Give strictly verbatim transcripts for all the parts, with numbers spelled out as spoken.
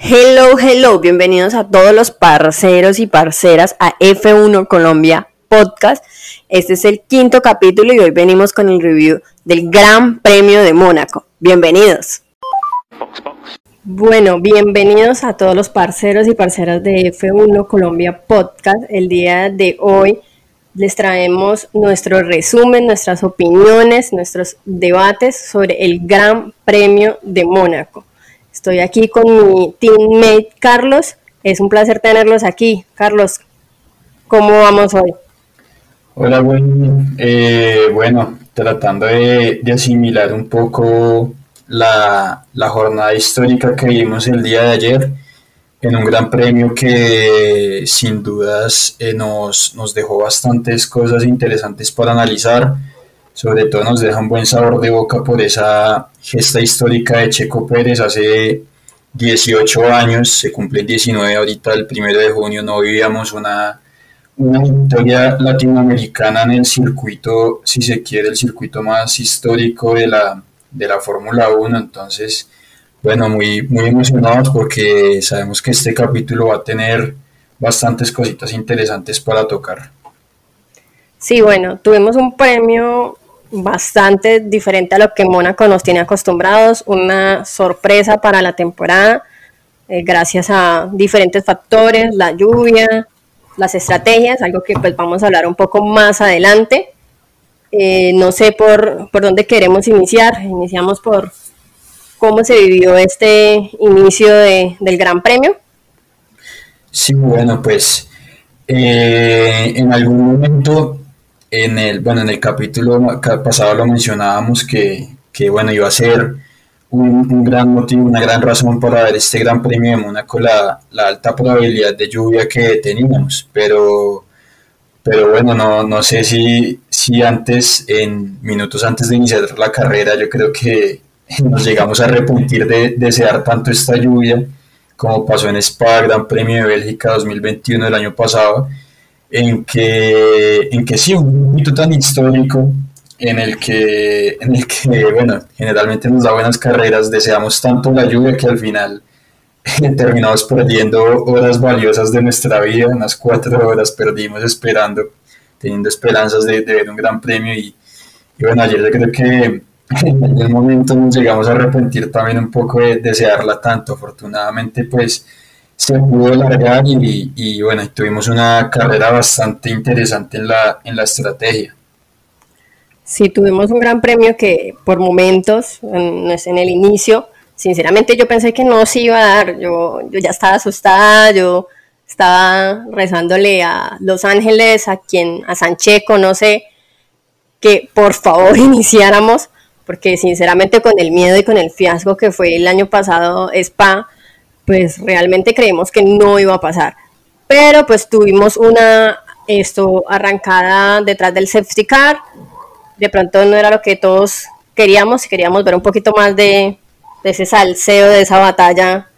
Hello, hello, bienvenidos a todos los parceros y parceras a F uno Colombia Podcast. Este es el quinto capítulo y hoy venimos con el review del Gran Premio de Mónaco. Bienvenidos. Bueno, bienvenidos a todos los parceros y parceras de F uno Colombia Podcast. El día de hoy les traemos nuestro resumen, nuestras opiniones, nuestros debates sobre el Gran Premio de Mónaco. Estoy aquí con mi teammate Carlos. Es un placer tenerlos aquí. Carlos, ¿cómo vamos hoy? Hola, bueno, eh, bueno tratando de, de asimilar un poco la, la jornada histórica que vimos el día de ayer en un gran premio que sin dudas eh, nos, nos dejó bastantes cosas interesantes para analizar. Sobre todo nos deja un buen sabor de boca por esa gesta histórica de Checo Pérez hace dieciocho años, se cumplen diecinueve ahorita, el primero de junio, no vivíamos una, una victoria latinoamericana en el circuito, si se quiere, el circuito más histórico de la, de la Fórmula uno. Entonces, bueno, muy, muy emocionados porque sabemos que este capítulo va a tener bastantes cositas interesantes para tocar. Sí, bueno, tuvimos un premio bastante diferente a lo que Mónaco nos tiene acostumbrados, una sorpresa para la temporada, eh, gracias a diferentes factores, la lluvia, las estrategias, algo que pues vamos a hablar un poco más adelante. Eh, no sé por, por dónde queremos iniciar, iniciamos por cómo se vivió este inicio de, del Gran Premio. Sí, bueno, pues eh, en algún momento En el, bueno, en el capítulo pasado lo mencionábamos que, que bueno, iba a ser un, un gran motivo, una gran razón para ver este Gran Premio de Mónaco, la, la alta probabilidad de lluvia que teníamos, pero, pero bueno, no, no sé si, si antes, en minutos antes de iniciar la carrera, yo creo que nos llegamos a arrepentir de desear tanto esta lluvia, como pasó en Spa, Gran Premio de Bélgica dos mil veintiuno del año pasado, en que, en que sí, un hito tan histórico en el que, en el que, bueno, generalmente nos da buenas carreras, deseamos tanto la lluvia que al final terminamos perdiendo horas valiosas de nuestra vida, unas cuatro horas perdimos esperando, teniendo esperanzas de, de ver un gran premio y, y bueno, ayer yo creo que en algún momento nos llegamos a arrepentir también un poco de desearla tanto. Afortunadamente pues se pudo largar y, y bueno, tuvimos una carrera bastante interesante en la, en la estrategia. Sí, tuvimos un gran premio que por momentos, en, en el inicio, sinceramente yo pensé que no se iba a dar, yo, yo ya estaba asustada, yo estaba rezándole a Los Ángeles, a quien, a Sancheco, no sé, que por favor iniciáramos, porque sinceramente con el miedo y con el fiasco que fue el año pasado Spa, pues realmente creímos que no iba a pasar. Pero pues tuvimos una esto arrancada detrás del safety car. De pronto no era lo que todos queríamos, queríamos ver un poquito más de, de ese salseo, de esa batalla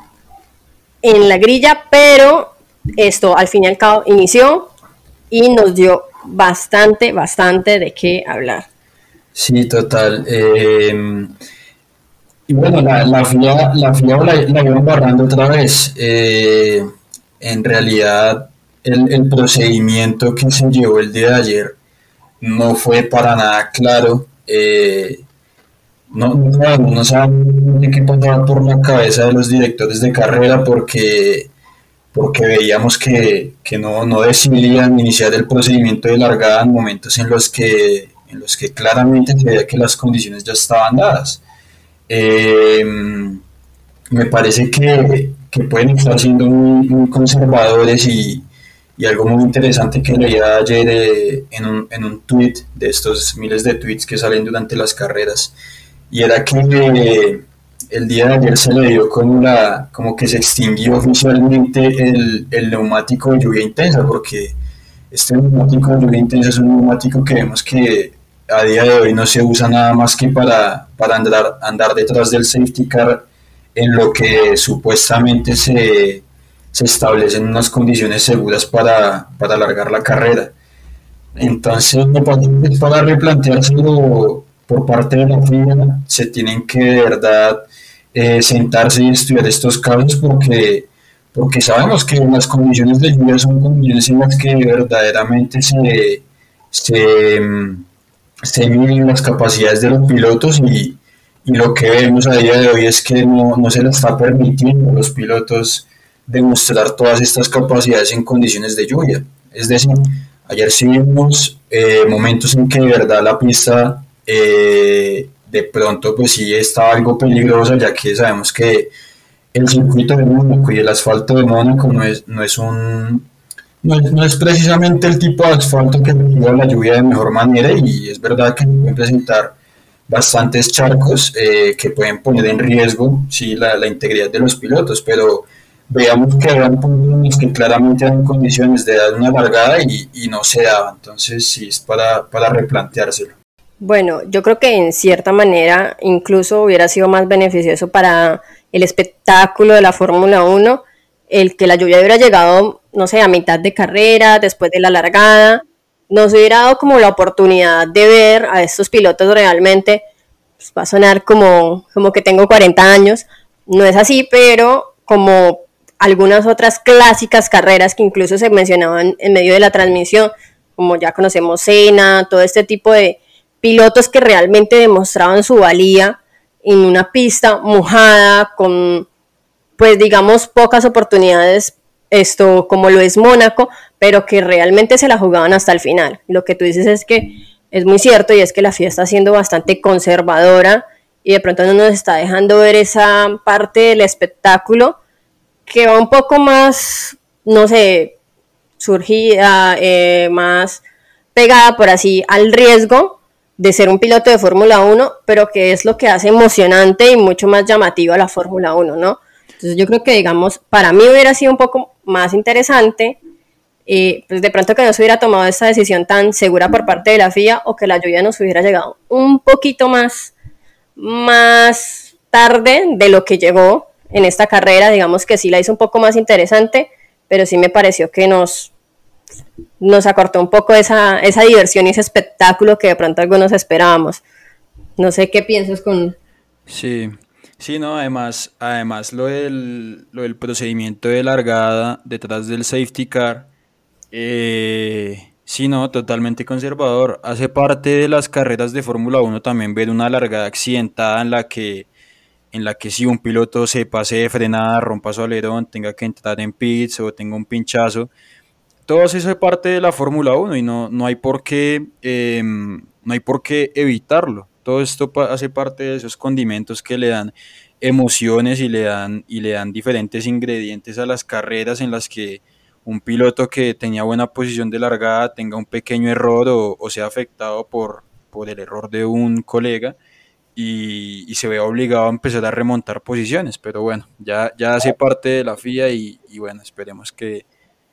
en la grilla, pero esto al fin y al cabo inició y nos dio bastante, bastante de qué hablar. Sí, total. Eh... Y bueno, la, la FIA la, FIA la, la iban barrando otra vez. Eh, en realidad, el, el procedimiento que se llevó el día de ayer no fue para nada claro. Eh, no, no, no saben qué pasaba por la cabeza de los directores de carrera porque, porque veíamos que, que no, no decidían iniciar el procedimiento de largada en momentos en los que, en los que claramente se veía que las condiciones ya estaban dadas. Eh, me parece que, que pueden estar siendo muy, muy conservadores y, y algo muy interesante que leía ayer eh, en, un, en un tweet de estos miles de tweets que salen durante las carreras, y era que eh, el día de ayer se le dio como, la, como que se extinguió oficialmente el, el neumático de lluvia intensa, porque este neumático de lluvia intensa es un neumático que vemos que a día de hoy no se usa nada más que para, para andar, andar detrás del safety car en lo que supuestamente se, se establecen unas condiciones seguras para, para alargar la carrera. Entonces, me parece que para replanteárselo por parte de la FIA, se tienen que de verdad eh, sentarse y estudiar estos casos porque, porque sabemos que las condiciones de lluvia son condiciones en las que verdaderamente se, se, mm, se miden las capacidades de los pilotos y, y lo que vemos a día de hoy es que no, no se le está permitiendo a los pilotos demostrar todas estas capacidades en condiciones de lluvia. Es decir, ayer sí vimos eh, momentos en que de verdad la pista eh, de pronto pues sí estaba algo peligrosa, ya que sabemos que el circuito de Mónaco y el asfalto de Mónaco no es, no es un no es, no es precisamente el tipo de asfalto que reciba la lluvia de mejor manera y es verdad que pueden presentar bastantes charcos eh, que pueden poner en riesgo sí, la, la integridad de los pilotos, pero veamos que eran puntos que claramente eran condiciones de dar una largada y, y no se daba, entonces sí es para, para replanteárselo. Bueno, yo creo que en cierta manera incluso hubiera sido más beneficioso para el espectáculo de la Fórmula Uno el que la lluvia hubiera llegado, no sé, a mitad de carrera, después de la largada, nos hubiera dado como la oportunidad de ver a estos pilotos realmente, pues va a sonar como, como que tengo cuarenta años, no es así, pero como algunas otras clásicas carreras que incluso se mencionaban en medio de la transmisión, como ya conocemos Senna, todo este tipo de pilotos que realmente demostraban su valía en una pista mojada, con pues digamos pocas oportunidades, esto como lo es Mónaco, pero que realmente se la jugaban hasta el final. Lo que tú dices es que es muy cierto y es que la FIA está siendo bastante conservadora y de pronto no nos está dejando ver esa parte del espectáculo que va un poco más, no sé, surgida, eh, más pegada por así al riesgo de ser un piloto de Fórmula uno, pero que es lo que hace emocionante y mucho más llamativa la Fórmula uno, ¿no? Entonces yo creo que, digamos, para mí hubiera sido un poco más interesante, eh, pues de pronto que no se hubiera tomado esta decisión tan segura por parte de la FIA o que la lluvia nos hubiera llegado un poquito más, más tarde de lo que llegó en esta carrera, digamos que sí la hizo un poco más interesante, pero sí me pareció que nos, nos acortó un poco esa, esa diversión y ese espectáculo que de pronto algunos esperábamos. No sé qué piensas con... Sí, sí, no, además, además lo del, lo del procedimiento de largada detrás del safety car, eh, sí, no, totalmente conservador. Hace parte de las carreras de Fórmula Uno también ver una largada accidentada en la que, en la que si un piloto se pase de frenada, rompa su alerón, tenga que entrar en pits o tenga un pinchazo. Todo eso es parte de la Fórmula Uno y no, no hay por qué, eh, no hay por qué evitarlo. Todo esto pa- hace parte de esos condimentos que le dan emociones y le dan, y le dan diferentes ingredientes a las carreras en las que un piloto que tenía buena posición de largada tenga un pequeño error o, o sea afectado por, por el error de un colega y, y se vea obligado a empezar a remontar posiciones. Pero bueno, ya, ya hace parte de la FIA y, y bueno, esperemos que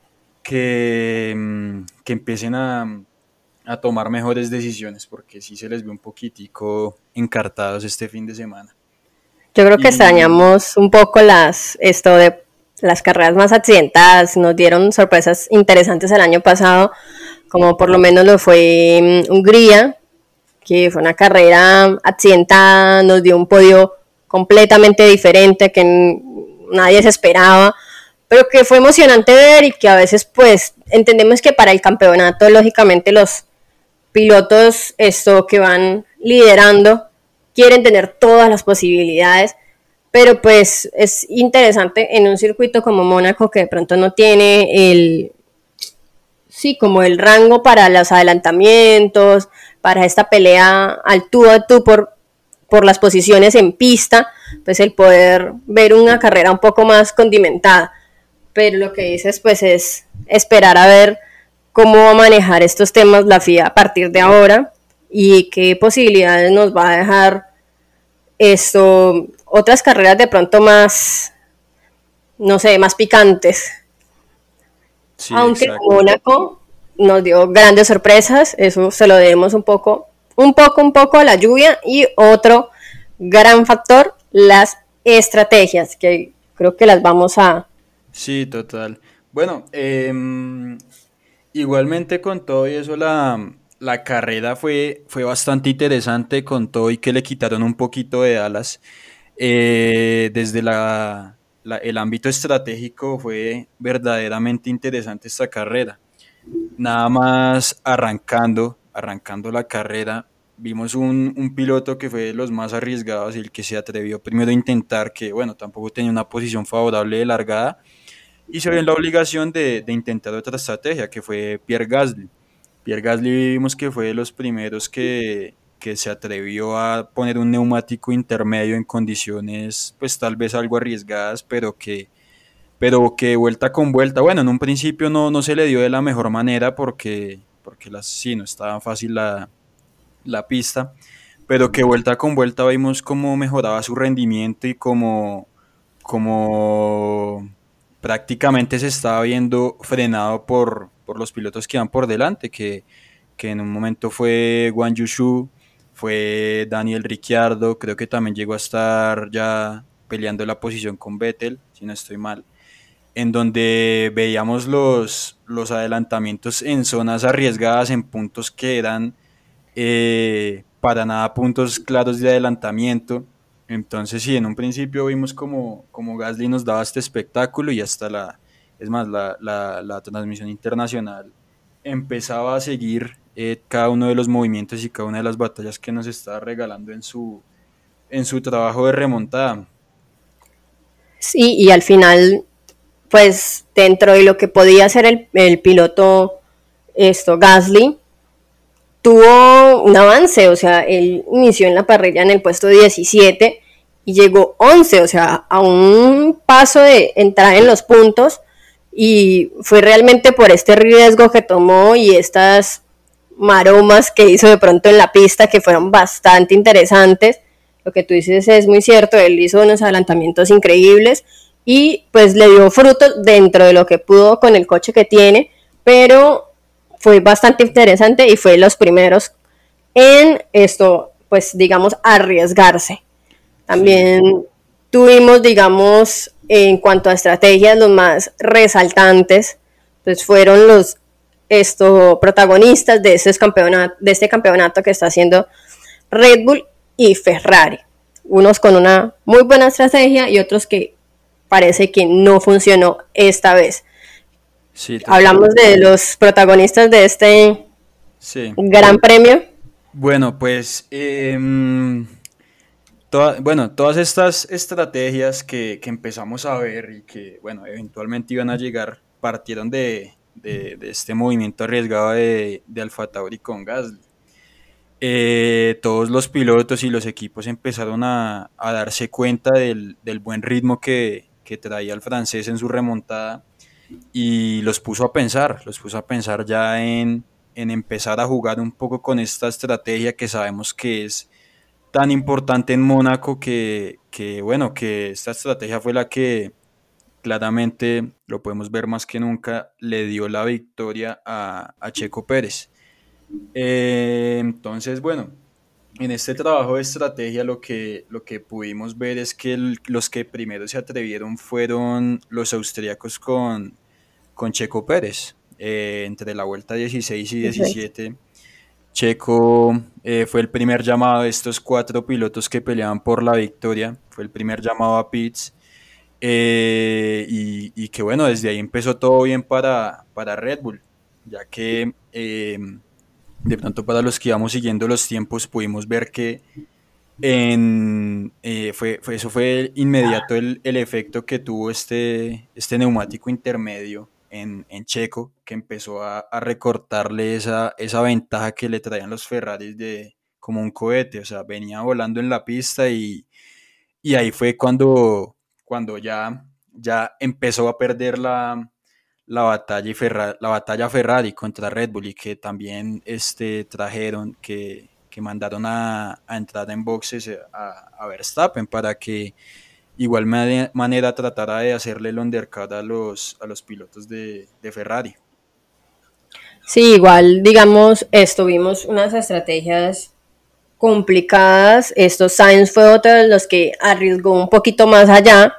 que, mm, que empiecen a, a tomar mejores decisiones, porque sí se les ve un poquitico encartados este fin de semana. Yo creo que Y extrañamos un poco las, esto de las carreras más accidentadas, nos dieron sorpresas interesantes el año pasado, como por lo menos lo fue mm, Hungría, que fue una carrera accidentada, nos dio un podio completamente diferente que n- nadie se esperaba, pero que fue emocionante ver y que a veces pues entendemos que para el campeonato lógicamente los pilotos esto que van liderando quieren tener todas las posibilidades, pero pues es interesante en un circuito como Mónaco que de pronto no tiene el, sí, como el rango para los adelantamientos, para esta pelea al tú a tú por, por las posiciones en pista, pues el poder ver una carrera un poco más condimentada. Pero lo que dices pues es esperar a ver cómo va a manejar estos temas la FIA a partir de ahora y qué posibilidades nos va a dejar esto, otras carreras de pronto más, no sé, más picantes. sí, Aunque exacto. Mónaco nos dio grandes sorpresas, eso se lo debemos un poco, un poco, un poco a la lluvia y otro gran factor, las estrategias, que creo que las vamos a... Sí, total. Bueno, em, igualmente con todo y eso la, la carrera fue, fue bastante interesante con todo y que le quitaron un poquito de alas. Eh, desde la, la, el ámbito estratégico fue verdaderamente interesante esta carrera. Nada más arrancando, arrancando la carrera, vimos un, un piloto que fue de los más arriesgados y el que se atrevió primero a intentar, que bueno, tampoco tenía una posición favorable de largada, y se vio en la obligación de, de intentar otra estrategia, que fue Pierre Gasly. Pierre Gasly vimos que fue de los primeros que, que se atrevió a poner un neumático intermedio en condiciones pues tal vez algo arriesgadas, pero que, pero que vuelta con vuelta, bueno, en un principio no, no se le dio de la mejor manera porque, porque las, sí, no estaba fácil la, la pista, pero que vuelta con vuelta vimos cómo mejoraba su rendimiento y cómo, cómo prácticamente se estaba viendo frenado por, por los pilotos que iban por delante, que, que en un momento fue Guan Yushu, fue Daniel Ricciardo, creo que también llegó a estar ya peleando la posición con Vettel, si no estoy mal, en donde veíamos los, los adelantamientos en zonas arriesgadas, en puntos que eran eh, para nada puntos claros de adelantamiento. Entonces sí, en un principio vimos como, como Gasly nos daba este espectáculo y hasta la, es más, la, la, la transmisión internacional empezaba a seguir eh, cada uno de los movimientos y cada una de las batallas que nos estaba regalando en su, en su trabajo de remontada. Sí, y al final, pues dentro de lo que podía hacer el, el piloto esto, Gasly, tuvo un avance, o sea, él inició en la parrilla en el puesto diecisiete y llegó once, o sea, a un paso de entrar en los puntos, y fue realmente por este riesgo que tomó y estas maromas que hizo de pronto en la pista que fueron bastante interesantes. Lo que tú dices es muy cierto, él hizo unos adelantamientos increíbles y pues le dio frutos dentro de lo que pudo con el coche que tiene, pero fue bastante interesante y fue los primeros en esto, pues digamos, arriesgarse. También sí. Tuvimos, digamos, en cuanto a estrategias, los más resaltantes, pues fueron los estos protagonistas de, estos campeonato, de este campeonato que está haciendo Red Bull y Ferrari. Unos con una muy buena estrategia y otros que parece que no funcionó esta vez. Sí, hablamos de los protagonistas de este sí. Gran Premio. Bueno, pues, eh, toda, bueno, todas estas estrategias que, que empezamos a ver y que, bueno, eventualmente iban a llegar, partieron de, de, de este movimiento arriesgado de, de AlphaTauri con Gasly. Eh, todos los pilotos y los equipos empezaron a, a darse cuenta del, del buen ritmo que, que traía el francés en su remontada y los puso a pensar, los puso a pensar ya en, en empezar a jugar un poco con esta estrategia que sabemos que es tan importante en Mónaco, que, que bueno, que esta estrategia fue la que claramente, lo podemos ver más que nunca, le dio la victoria a, a Checo Pérez. Eh, entonces, bueno, en este trabajo de estrategia lo que, lo que pudimos ver es que el, los que primero se atrevieron fueron los austríacos con, con Checo Pérez. Eh, entre la vuelta dieciséis y diecisiete, Checo eh, fue el primer llamado de estos cuatro pilotos que peleaban por la victoria, fue el primer llamado a pits, eh, y, y que bueno, desde ahí empezó todo bien para, para Red Bull, ya que eh, de pronto para los que íbamos siguiendo los tiempos pudimos ver que en, eh, fue, fue, eso fue inmediato el, el efecto que tuvo este, este neumático intermedio en, en Checo, que empezó a, a recortarle esa, esa ventaja que le traían los Ferraris de, como un cohete, o sea, venía volando en la pista y, y ahí fue cuando, cuando ya, ya empezó a perder la, la, batalla y Ferrari, la batalla Ferrari contra Red Bull, y que también este, trajeron, que, que mandaron a, a entrar en boxes a, a Verstappen para que igual manera tratara de hacerle el undercut a los, a los pilotos de, de Ferrari. Sí, igual, digamos, esto vimos unas estrategias complicadas. Esto Sainz fue otro de los que arriesgó un poquito más allá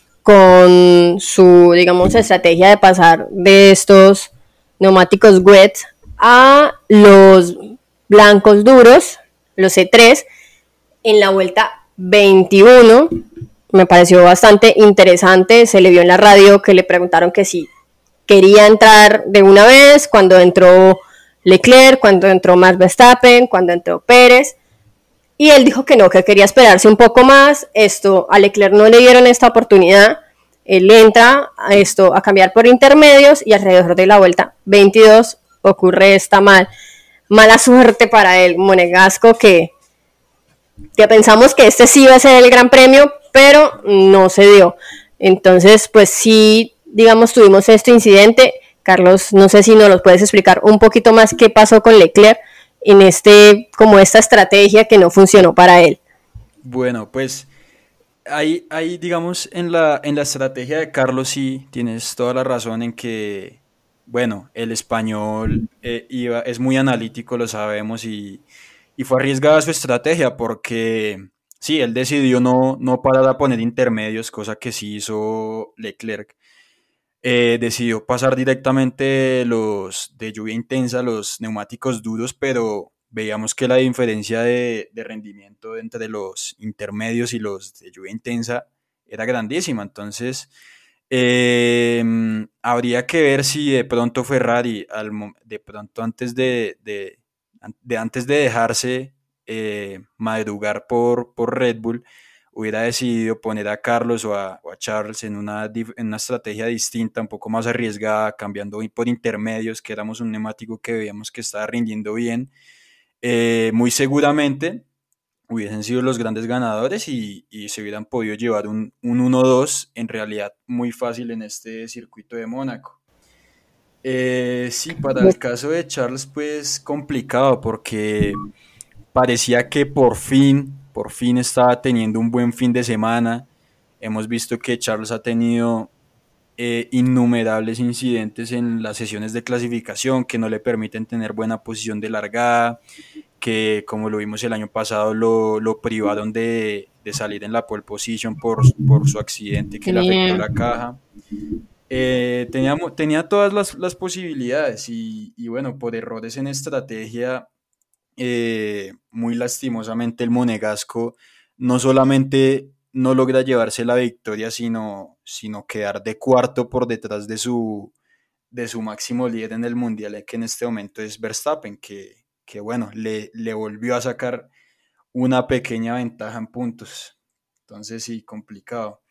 con su, digamos, estrategia de pasar de estos neumáticos wet a los blancos duros, los C tres, en la vuelta veintiuno, me pareció bastante interesante. Se le vio en la radio que le preguntaron que si quería entrar de una vez, cuando entró Leclerc, cuando entró Max Verstappen, cuando entró Pérez, y él dijo que no, que quería esperarse un poco más. Esto, a Leclerc no le dieron esta oportunidad, él entra a esto a cambiar por intermedios y alrededor de la vuelta veintidós ocurre esta mal, mala suerte para el monegasco, que ya pensamos que este sí iba a ser el gran premio, pero no se dio. Entonces, pues sí, digamos, tuvimos este incidente. Carlos, no sé si nos lo puedes explicar un poquito más qué pasó con Leclerc en este, como esta estrategia que no funcionó para él. Bueno, pues ahí, ahí digamos, en la, en la estrategia de Carlos sí tienes toda la razón en que, bueno, el español eh, iba, es muy analítico, lo sabemos, y, y fue arriesgada su estrategia porque sí, él decidió no, no parar a poner intermedios, cosa que sí hizo Leclerc. Eh, decidió pasar directamente los de lluvia intensa, los neumáticos duros, pero veíamos que la diferencia de, de rendimiento entre los intermedios y los de lluvia intensa era grandísima. Entonces, eh, habría que ver si de pronto Ferrari, al, de pronto antes de, de, de antes de dejarse eh, madrugar por, por Red Bull, hubiera decidido poner a Carlos o a, o a Charles en una, en una estrategia distinta, un poco más arriesgada, cambiando por intermedios, que éramos un neumático que veíamos que estaba rindiendo bien, eh, muy seguramente hubiesen sido los grandes ganadores y, y se hubieran podido llevar un, un uno dos en realidad muy fácil en este circuito de Mónaco. Eh, sí, para el caso de Charles, pues complicado, porque parecía que por fin, por fin estaba teniendo un buen fin de semana. Hemos visto que Charles ha tenido eh, innumerables incidentes en las sesiones de clasificación que no le permiten tener buena posición de largada, que como lo vimos el año pasado lo, lo privaron de, de salir en la pole position por, por su accidente que le afectó la caja. Eh, tenía, tenía todas las, las posibilidades y, y bueno, por errores en estrategia, eh, muy lastimosamente el monegasco no solamente no logra llevarse la victoria, sino, sino quedar de cuarto por detrás de su, de su máximo líder en el mundial, que en este momento es Verstappen, que, que bueno, le, le volvió a sacar una pequeña ventaja en puntos. Entonces sí, complicado.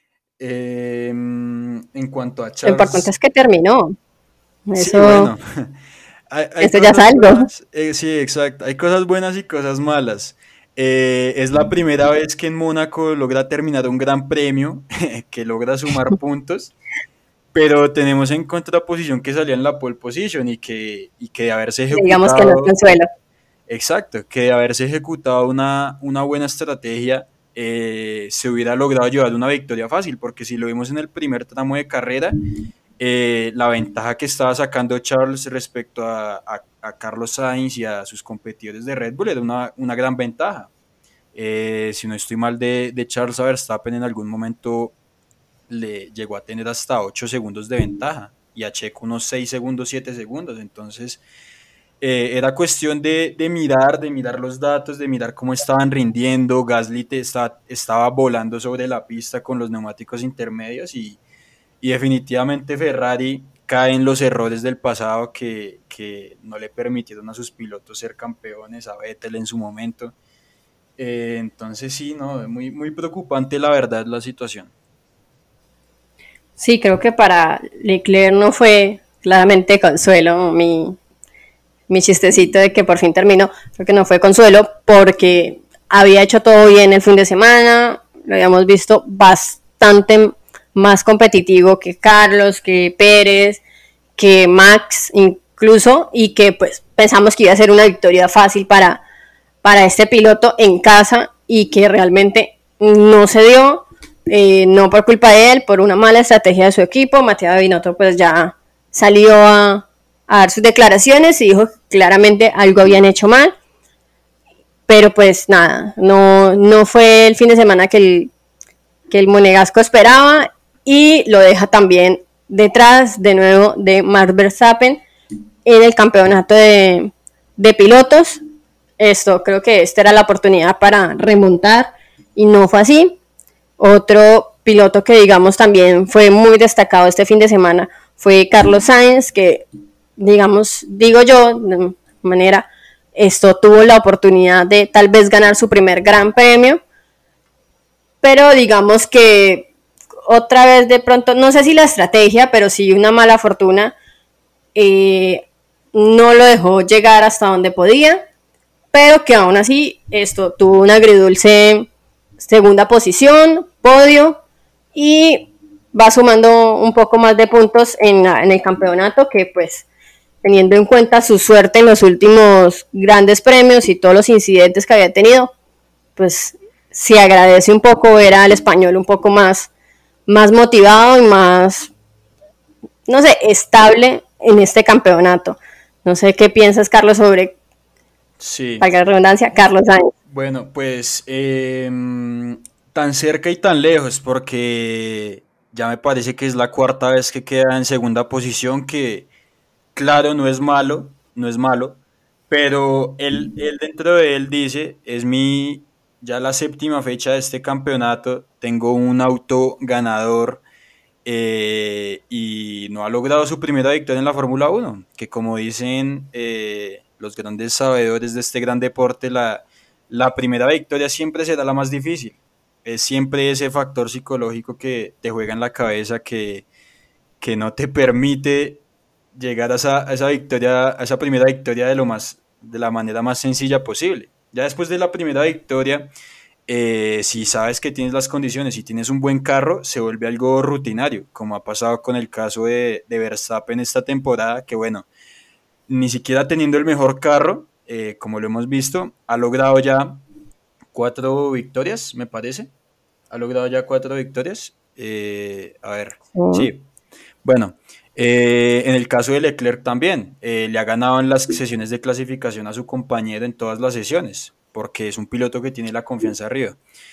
Eh, en cuanto a Charles... Lo importante es que terminó. Eso, sí, bueno. hay, hay eso ya es algo. Buenas, eh, sí, exacto. Hay cosas buenas y cosas malas. Eh, es la primera vez que en Mónaco logra terminar un gran premio, que logra sumar puntos, pero tenemos en contraposición que salía en la pole position y que, y que de haberse ejecutado... Digamos que no es consuelo. Exacto, que de haberse ejecutado una, una buena estrategia, eh, se hubiera logrado llevar una victoria fácil, porque si lo vimos en el primer tramo de carrera, eh, la ventaja que estaba sacando Charles respecto a, a, a Carlos Sainz y a sus competidores de Red Bull era una, una gran ventaja. Eh, si no estoy mal, de, de Charles a Verstappen en algún momento le llegó a tener hasta ocho segundos de ventaja y a Checo unos seis segundos, siete segundos. Entonces eh, era cuestión de, de mirar, de mirar los datos, de mirar cómo estaban rindiendo. Gasly te está, estaba volando sobre la pista con los neumáticos intermedios y, y definitivamente Ferrari cae en los errores del pasado que, que no le permitieron a sus pilotos ser campeones, a Vettel en su momento. Eh, entonces sí, no, muy, muy preocupante la verdad la situación. Sí, creo que para Leclerc no fue claramente consuelo mi, mi chistecito de que por fin terminó. Creo que no fue consuelo porque había hecho todo bien el fin de semana, lo habíamos visto bastante más competitivo que Carlos, que Pérez, que Max incluso, y que pues pensamos que iba a ser una victoria fácil para, para este piloto en casa y que realmente no se dio. Eh, no por culpa de él, por una mala estrategia de su equipo. Matías Binotto pues ya salió a, a dar sus declaraciones y dijo que claramente algo habían hecho mal, pero pues nada, no, no fue el fin de semana que el, que el monegasco esperaba y lo deja también detrás de nuevo de Max Verstappen en el campeonato de, de pilotos. Esto creo que esta era la oportunidad para remontar y no fue así. Otro piloto que digamos también fue muy destacado este fin de semana fue Carlos Sainz, que digamos, digo yo, de manera, esto tuvo la oportunidad de tal vez ganar su primer gran premio, pero digamos que otra vez de pronto, no sé si la estrategia, pero sí una mala fortuna, eh, no lo dejó llegar hasta donde podía, pero que aún así esto tuvo una agridulce segunda posición, podio, y va sumando un poco más de puntos en, la, en el campeonato, que pues teniendo en cuenta su suerte en los últimos grandes premios y todos los incidentes que había tenido, pues se agradece un poco ver al español un poco más, más motivado y más, no sé, estable en este campeonato. No sé qué piensas, Carlos, sobre, Sí. para la redundancia, Carlos Sainz. Bueno, pues eh, tan cerca y tan lejos, porque ya me parece que es la cuarta vez que queda en segunda posición, que claro, no es malo, no es malo, pero él, él dentro de él dice, es mi, ya la séptima fecha de este campeonato, tengo un auto ganador, eh, y no ha logrado su primera victoria en la Fórmula uno, que como dicen eh, los grandes sabedores de este gran deporte, la, la primera victoria siempre será la más difícil. Es siempre ese factor psicológico que te juega en la cabeza, que, que no te permite llegar a esa, a esa victoria, a esa primera victoria de lo más, de la manera más sencilla posible. Ya después de la primera victoria, eh, si sabes que tienes las condiciones y tienes un buen carro, se vuelve algo rutinario, como ha pasado con el caso de, de Verstappen esta temporada, que bueno, ni siquiera teniendo el mejor carro, eh, como lo hemos visto, ha logrado ya cuatro victorias, me parece. Ha logrado ya cuatro victorias. Eh, a ver, Sí. sí. Bueno, eh, en el caso de Leclerc también, eh, le ha ganado en las sesiones de clasificación a su compañero en todas las sesiones, porque es un piloto que tiene la confianza arriba.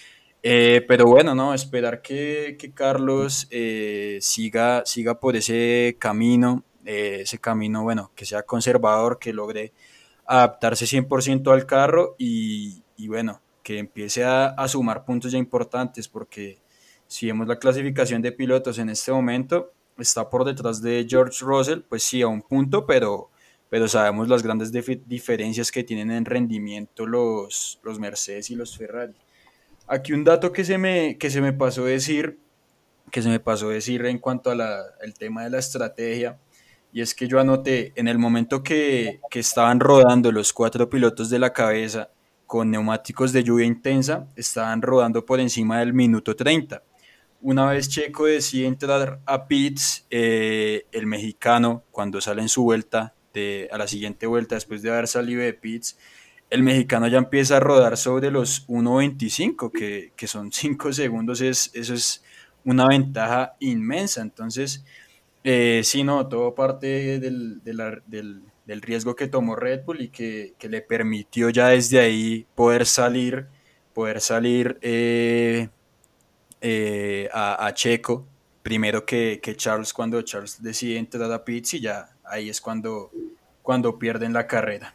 Eh, pero bueno, no, esperar que, que Carlos eh, siga, siga por ese camino, eh, ese camino, bueno, que sea conservador, que logre adaptarse cien por ciento al carro y, y bueno, que empiece a, a sumar puntos ya importantes, porque si vemos la clasificación de pilotos en este momento, está por detrás de George Russell, pues sí, a un punto, pero, pero sabemos las grandes dif- diferencias que tienen en rendimiento los, los Mercedes y los Ferrari. Aquí un dato que se me, que se me pasó decir, que se me pasó decir en cuanto al tema de la estrategia, y es que yo anoté en el momento que, que estaban rodando los cuatro pilotos de la cabeza con neumáticos de lluvia intensa, estaban rodando por encima del minuto treinta. Una vez Checo decide entrar a pits, eh, el mexicano, cuando sale en su vuelta, de, a la siguiente vuelta, después de haber salido de pits, el mexicano ya empieza a rodar sobre los uno veinticinco, que, que son cinco segundos, es, eso es una ventaja inmensa. Entonces, eh, sí, no, todo parte del, de la, del, del riesgo que tomó Red Bull y que, que le permitió ya desde ahí poder salir, poder salir eh, eh, a, a Checo, primero que, que Charles, cuando Charles decide entrar a pits, y ya ahí es cuando, cuando pierden la carrera.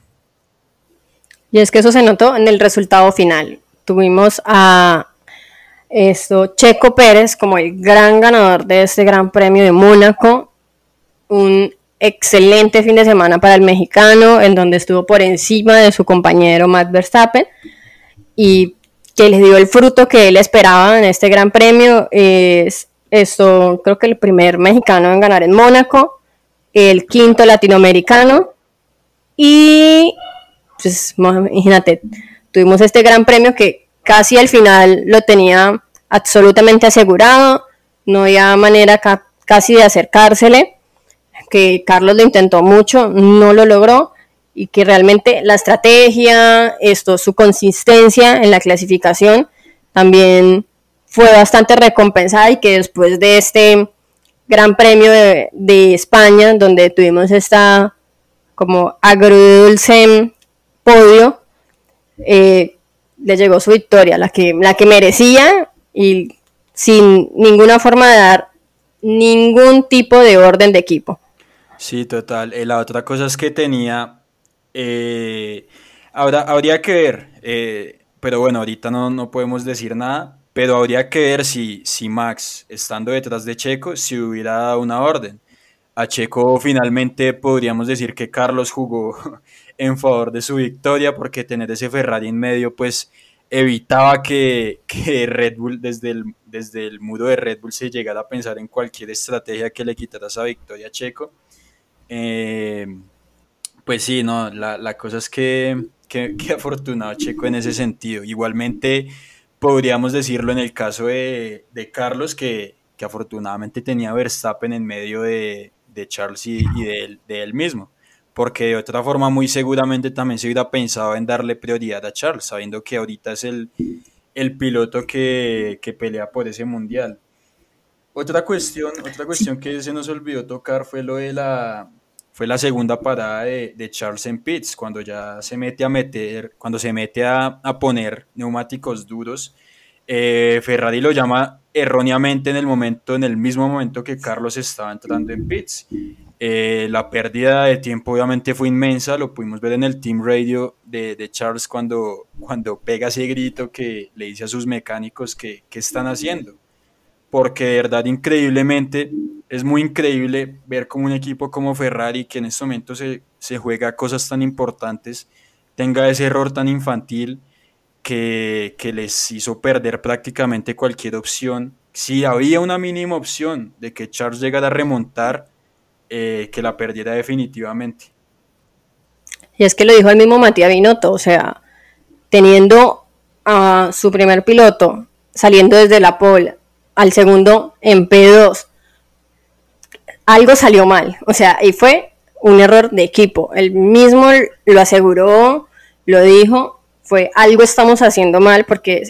Y es que eso se notó en el resultado final. Tuvimos a esto, Checo Pérez como el gran ganador de este Gran Premio de Mónaco. Un excelente fin de semana para el mexicano, en donde estuvo por encima de su compañero Max Verstappen y que le dio el fruto que él esperaba en este Gran Premio. Es esto, creo que el primer mexicano en ganar en Mónaco, el quinto latinoamericano, y pues imagínate, tuvimos este Gran Premio que casi al final lo tenía absolutamente asegurado, no había manera ca- casi de acercársele, que Carlos lo intentó mucho, no lo logró, y que realmente la estrategia, esto, su consistencia en la clasificación también fue bastante recompensada, y que después de este Gran Premio de, de España, donde tuvimos esta como agridulce podio, eh, le llegó su victoria, la que, la que merecía, y sin ninguna forma de dar ningún tipo de orden de equipo. Sí, total. Eh, la otra cosa es que tenía, eh, ahora habría que ver, eh, pero bueno, ahorita no, no podemos decir nada, pero habría que ver si, si Max, estando detrás de Checo, si hubiera dado una orden. A Checo finalmente podríamos decir que Carlos jugó en favor de su victoria, porque tener ese Ferrari en medio pues evitaba que, que Red Bull desde el, desde el muro de Red Bull se llegara a pensar en cualquier estrategia que le quitara esa victoria a Checo. Eh, pues sí, no, la, la cosa es que, que, que afortunado Checo en ese sentido. Igualmente podríamos decirlo en el caso de, de Carlos, que, que afortunadamente tenía Verstappen en medio de, de Charles y, y de, él, de él mismo, porque de otra forma muy seguramente también se hubiera pensado en darle prioridad a Charles, sabiendo que ahorita es el, el piloto que, que pelea por ese mundial. Otra cuestión, otra Sí. cuestión que se nos olvidó tocar fue lo de la, fue la segunda parada de, de Charles en pits, cuando ya se mete a meter, cuando se mete a, a poner neumáticos duros. Eh, Ferrari lo llama erróneamente en el momento, en el mismo momento que Carlos estaba entrando en pits. Eh, la pérdida de tiempo obviamente fue inmensa, lo pudimos ver en el team radio de, de Charles cuando, cuando pega ese grito que le dice a sus mecánicos que, que están haciendo, porque de verdad increíblemente es muy increíble ver como un equipo como Ferrari, que en este momento se, se juega cosas tan importantes, tenga ese error tan infantil que, que les hizo perder prácticamente cualquier opción. Si había una mínima opción de que Charles llegara a remontar, eh, que la perdiera definitivamente. Y es que lo dijo el mismo Matías Binotto, o sea, teniendo a su primer piloto saliendo desde la pole, al segundo en P dos, algo salió mal, o sea, y fue un error de equipo. Él mismo lo aseguró, lo dijo, fue algo estamos haciendo mal porque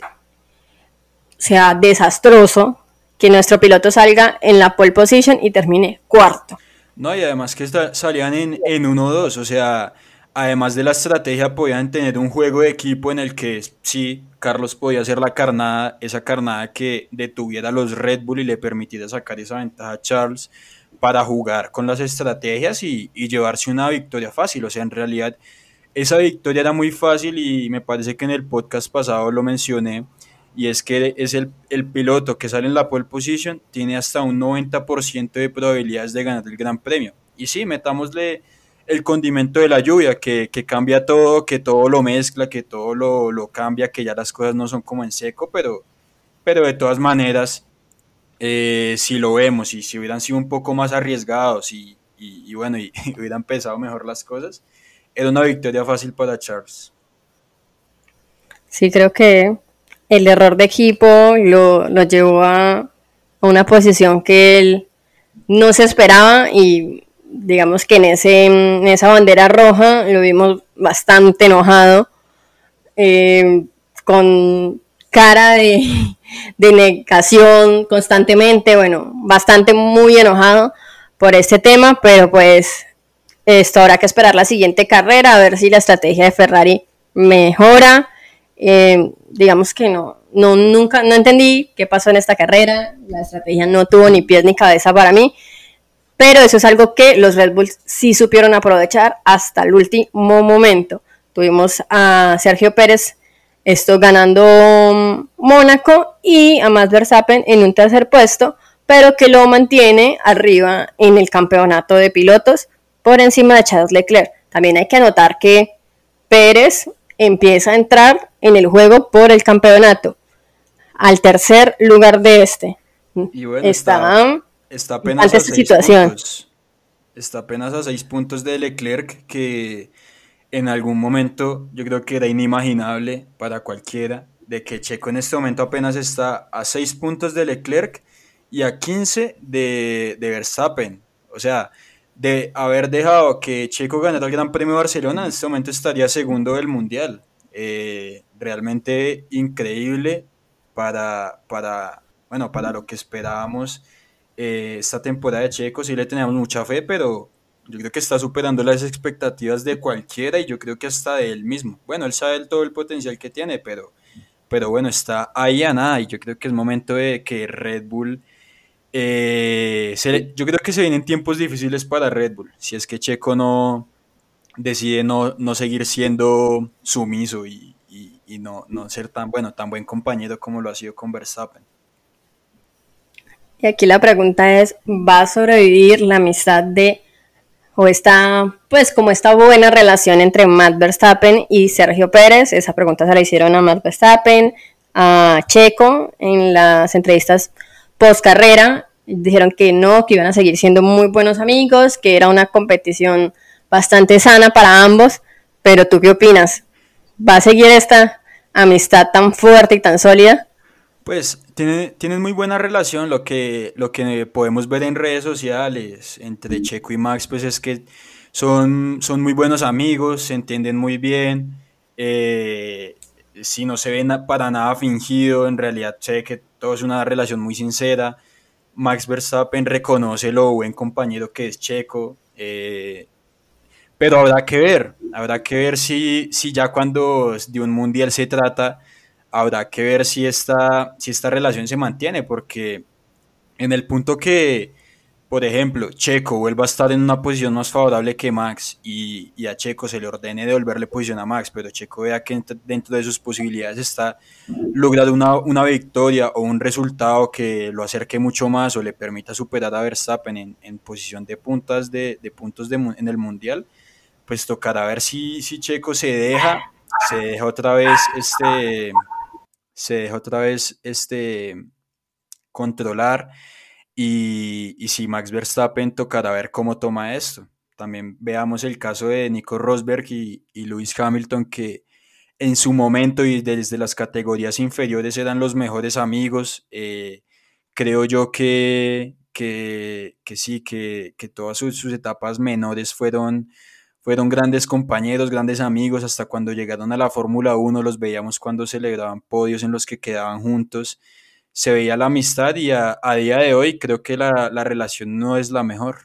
sea desastroso que nuestro piloto salga en la pole position y termine cuarto. No, y además que está, salían en, en uno dos, o sea, además de la estrategia podían tener un juego de equipo en el que sí, Carlos podía hacer la carnada, esa carnada que detuviera a los Red Bull y le permitiera sacar esa ventaja a Charles para jugar con las estrategias y, y llevarse una victoria fácil. O sea, en realidad esa victoria era muy fácil y me parece que en el podcast pasado lo mencioné, y es que es el, el piloto que sale en la pole position tiene hasta un noventa por ciento de probabilidades de ganar el Gran Premio. Y sí, metámosle el condimento de la lluvia, que, que cambia todo, que todo lo mezcla, que todo lo, lo cambia, que ya las cosas no son como en seco, pero, pero de todas maneras, eh, si lo vemos y si hubieran sido un poco más arriesgados y, y, y bueno, y, y hubieran pensado mejor las cosas, era una victoria fácil para Charles. Sí, creo que el error de equipo lo, lo llevó a, a una posición que él no se esperaba y digamos que en, ese, en esa bandera roja lo vimos bastante enojado, eh, con cara de, de negación constantemente, bueno, bastante muy enojado por este tema, pero pues esto habrá que esperar la siguiente carrera a ver si la estrategia de Ferrari mejora. Eh, digamos que no, no, nunca, no entendí qué pasó en esta carrera, la estrategia no tuvo ni pies ni cabeza para mí, pero eso es algo que los Red Bulls sí supieron aprovechar hasta el último momento. Tuvimos a Sergio Pérez esto ganando Mónaco y a Max Verstappen en un tercer puesto, pero que lo mantiene arriba en el campeonato de pilotos por encima de Charles Leclerc. También hay que anotar que Pérez empieza a entrar en el juego por el campeonato al tercer lugar de este. Y bueno, está, Está está apenas ante a esta seis situación. puntos. Está apenas a seis puntos de Leclerc, que en algún momento yo creo que era inimaginable para cualquiera, de que Checo en este momento apenas está a seis puntos de Leclerc y a quince de, de Verstappen. O sea, de haber dejado que Checo ganara el Gran Premio de Barcelona, en este momento estaría segundo del Mundial. Eh, realmente increíble para, para, bueno, para lo que esperábamos, eh, esta temporada de Checo. Sí le teníamos mucha fe, pero yo creo que está superando las expectativas de cualquiera y yo creo que hasta de él mismo. Bueno, él sabe todo el potencial que tiene, pero, pero bueno, está ahí a nada y yo creo que es momento de que Red Bull, eh, se, yo creo que se vienen tiempos difíciles para Red Bull, si es que Checo no decide no, no seguir siendo sumiso y, y, y no, no ser tan bueno, tan buen compañero como lo ha sido con Verstappen. Y aquí la pregunta es, ¿va a sobrevivir la amistad de, o esta, pues como esta buena relación entre Max Verstappen y Sergio Pérez? Esa pregunta se la hicieron a Max Verstappen, a Checo en las entrevistas post carrera. Dijeron que no, que iban a seguir siendo muy buenos amigos, que era una competición bastante sana para ambos. Pero ¿tú qué opinas? ¿Va a seguir esta amistad tan fuerte y tan sólida? Pues tiene, tienen muy buena relación. Lo que, lo que podemos ver en redes sociales entre Checo y Max, pues es que son, son muy buenos amigos, se entienden muy bien. Eh, si no se ven para nada fingido, en realidad sé que todo es una relación muy sincera. Max Verstappen reconoce lo buen compañero que es Checo, eh, pero habrá que ver, habrá que ver si, si ya cuando de un mundial se trata, habrá que ver si esta, si esta relación se mantiene, porque en el punto que, por ejemplo, Checo vuelva a estar en una posición más favorable que Max y, y a Checo se le ordene devolverle posición a Max, pero Checo vea que dentro de sus posibilidades está lograr una, una victoria o un resultado que lo acerque mucho más o le permita superar a Verstappen en, en posición de puntas de, de puntos de, en el mundial, pues tocará ver si, si Checo se deja, se deja otra vez este, se deja otra vez este controlar y, y si Max Verstappen tocará ver cómo toma esto. También veamos el caso de Nico Rosberg y, y Lewis Hamilton, que en su momento y desde las categorías inferiores eran los mejores amigos. Eh, creo yo que, que, que sí, que, que todas sus, sus etapas menores fueron, fueron grandes compañeros, grandes amigos, hasta cuando llegaron a la Fórmula uno los veíamos cuando celebraban podios en los que quedaban juntos, se veía la amistad y a, a día de hoy creo que la, la relación no es la mejor.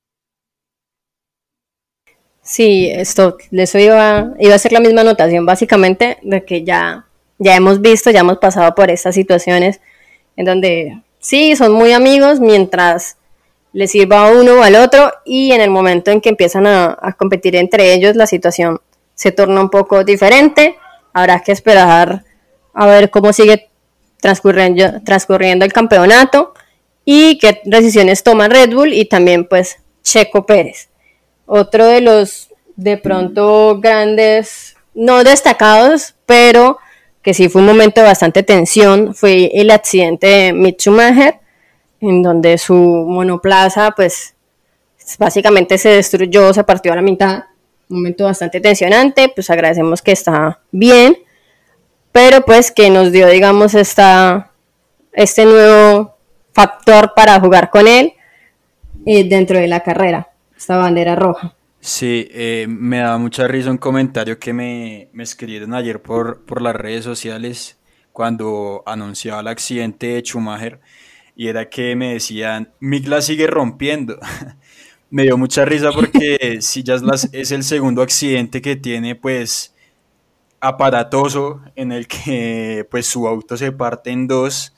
Sí, esto, eso iba, iba a ser la misma anotación básicamente de que ya, ya hemos visto, ya hemos pasado por estas situaciones en donde sí, son muy amigos mientras les sirva a uno o al otro y en el momento en que empiezan a, a competir entre ellos la situación se torna un poco diferente. Habrá que esperar a ver cómo sigue transcurriendo, transcurriendo el campeonato y qué decisiones toma Red Bull y también pues Checo Pérez. Otro de los de pronto grandes, no destacados, pero que sí fue un momento de bastante tensión, fue el accidente de Mick Schumacher, en donde su monoplaza pues básicamente se destruyó, se partió a la mitad, un momento bastante tensionante, pues agradecemos que está bien, pero pues que nos dio digamos esta, este nuevo factor para jugar con él eh, dentro de la carrera, esta bandera roja. Sí, eh, me da mucha risa un comentario que me, me escribieron ayer por, por las redes sociales cuando anunciaba el accidente de Schumacher y era que me decían, Mick la sigue rompiendo. Me dio mucha risa porque si ya es, las, es el segundo accidente que tiene, pues aparatoso, en el que pues su auto se parte en dos.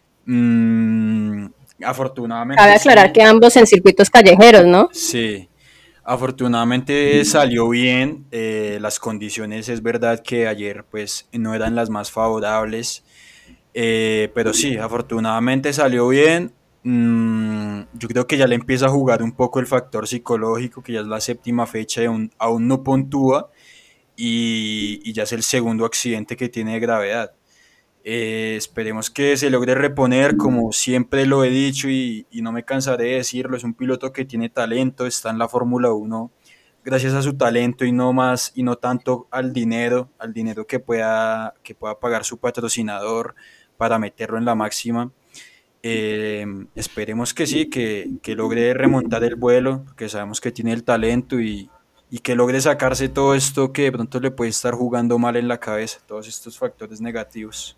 Mm, afortunadamente Cabe aclarar sí, que ambos en circuitos callejeros, ¿no? sí. Afortunadamente salió bien, eh, las condiciones es verdad que ayer pues no eran las más favorables, eh, pero sí, afortunadamente salió bien. Mm, yo creo que ya le empieza a jugar un poco el factor psicológico, que ya es la séptima fecha y aún, aún no puntúa y, y ya es el segundo accidente que tiene de gravedad. Eh, esperemos que se logre reponer, como siempre lo he dicho y, y no me cansaré de decirlo, es un piloto que tiene talento, está en la Fórmula uno gracias a su talento y no más y no tanto al dinero, al dinero que pueda, que pueda pagar su patrocinador para meterlo en la máxima. Eh, esperemos que sí, que, que logre remontar el vuelo, porque sabemos que tiene el talento y, y que logre sacarse todo esto que de pronto le puede estar jugando mal en la cabeza, todos estos factores negativos.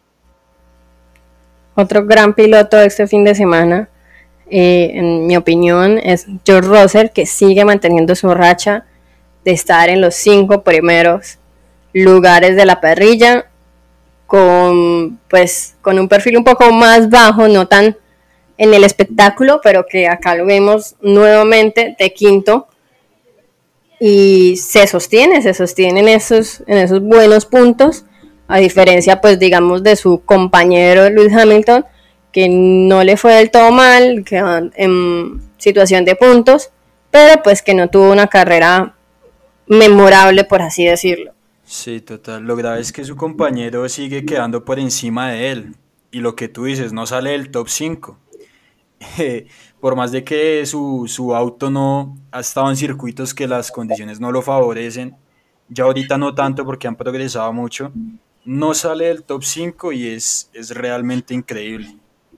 Otro gran piloto de este fin de semana, eh, en mi opinión, es George Russell, que sigue manteniendo su racha de estar en los cinco primeros lugares de la parrilla, con, pues, con un perfil un poco más bajo, no tan en el espectáculo, pero que acá lo vemos nuevamente de quinto y se sostiene, se sostiene en esos, en esos buenos puntos, a diferencia pues digamos de su compañero Lewis Hamilton, que no le fue del todo mal, quedó en situación de puntos, pero pues que no tuvo una carrera memorable, por así decirlo. Sí, total. Lo grave es que su compañero sigue quedando por encima de él. Y lo que tú dices, no sale del top cinco. Por más de que su, su auto no ha estado en circuitos que las condiciones no lo favorecen, ya ahorita no tanto porque han progresado mucho, no sale del top cinco y es, es realmente increíble.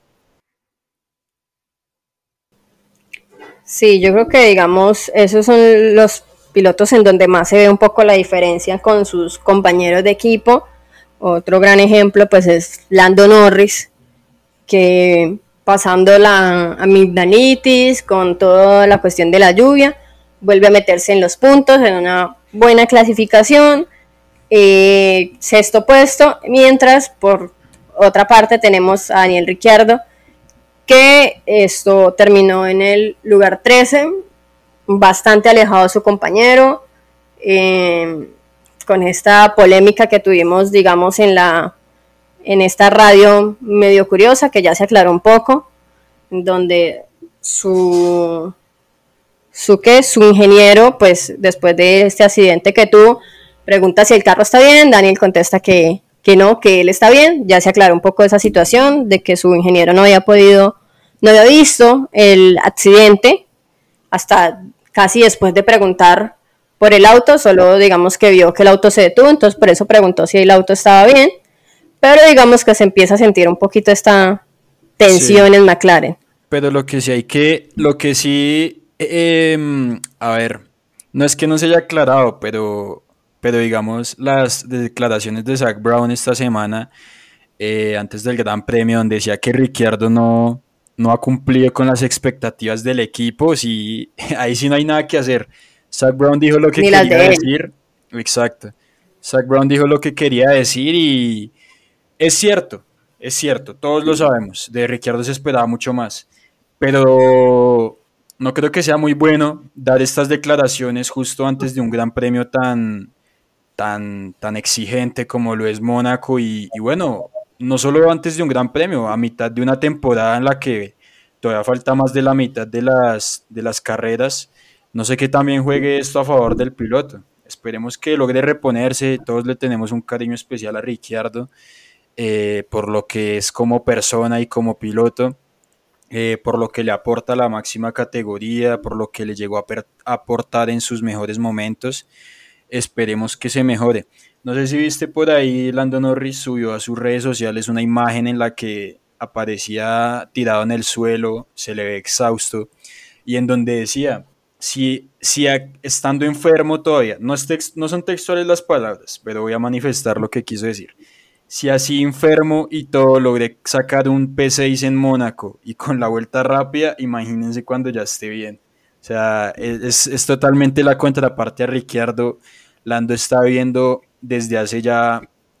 Sí, yo creo que digamos, esos son los pilotos en donde más se ve un poco la diferencia con sus compañeros de equipo. Otro gran ejemplo pues es Lando Norris, que pasando la amigdalitis con toda la cuestión de la lluvia, vuelve a meterse en los puntos, en una buena clasificación, eh, sexto puesto, mientras por otra parte tenemos a Daniel Ricciardo, que esto terminó en el lugar trece, bastante alejado de su compañero, eh, con esta polémica que tuvimos, digamos, en la en esta radio medio curiosa, que ya se aclaró un poco, donde su su que su ingeniero, pues después de este accidente que tuvo, pregunta si el carro está bien, Daniel contesta que, que no, que él está bien, ya se aclaró un poco esa situación, de que su ingeniero no había podido, no había visto el accidente, hasta casi después de preguntar por el auto, solo digamos que vio que el auto se detuvo, entonces por eso preguntó si el auto estaba bien, pero digamos que se empieza a sentir un poquito esta tensión sí. en McLaren. Pero lo que sí hay que, lo que sí, eh, a ver, no es que no se haya aclarado, pero, pero digamos las declaraciones de Zak Brown esta semana, eh, antes del Gran Premio, donde decía que Ricciardo no, no ha cumplido con las expectativas del equipo, sí, ahí sí no hay nada que hacer. Zak Brown dijo lo que Ni quería de decir, exacto, Zak Brown dijo lo que quería decir y es cierto, es cierto, todos lo sabemos, de Ricciardo se esperaba mucho más, pero no creo que sea muy bueno dar estas declaraciones justo antes de un gran premio tan, tan, tan exigente como lo es Mónaco y, y bueno, no solo antes de un gran premio, a mitad de una temporada en la que todavía falta más de la mitad de las, de las carreras, no sé qué también juegue esto a favor del piloto, esperemos que logre reponerse, todos le tenemos un cariño especial a Ricciardo, eh, por lo que es como persona y como piloto, Eh, por lo que le aporta la máxima categoría, por lo que le llegó a, a aportar en sus mejores momentos. Esperemos que se mejore. No sé si viste por ahí, Lando Norris subió a sus redes sociales una imagen en la que aparecía tirado en el suelo, se le ve exhausto, y en donde decía, si, si a, estando enfermo todavía, no, es text, no son textuales las palabras, pero voy a manifestar lo que quiso decir. Si así enfermo y todo logré sacar un P seis en Mónaco y con la vuelta rápida, imagínense cuando ya esté bien. O sea, es, es totalmente la contraparte a Ricciardo. Lando está viendo desde hace ya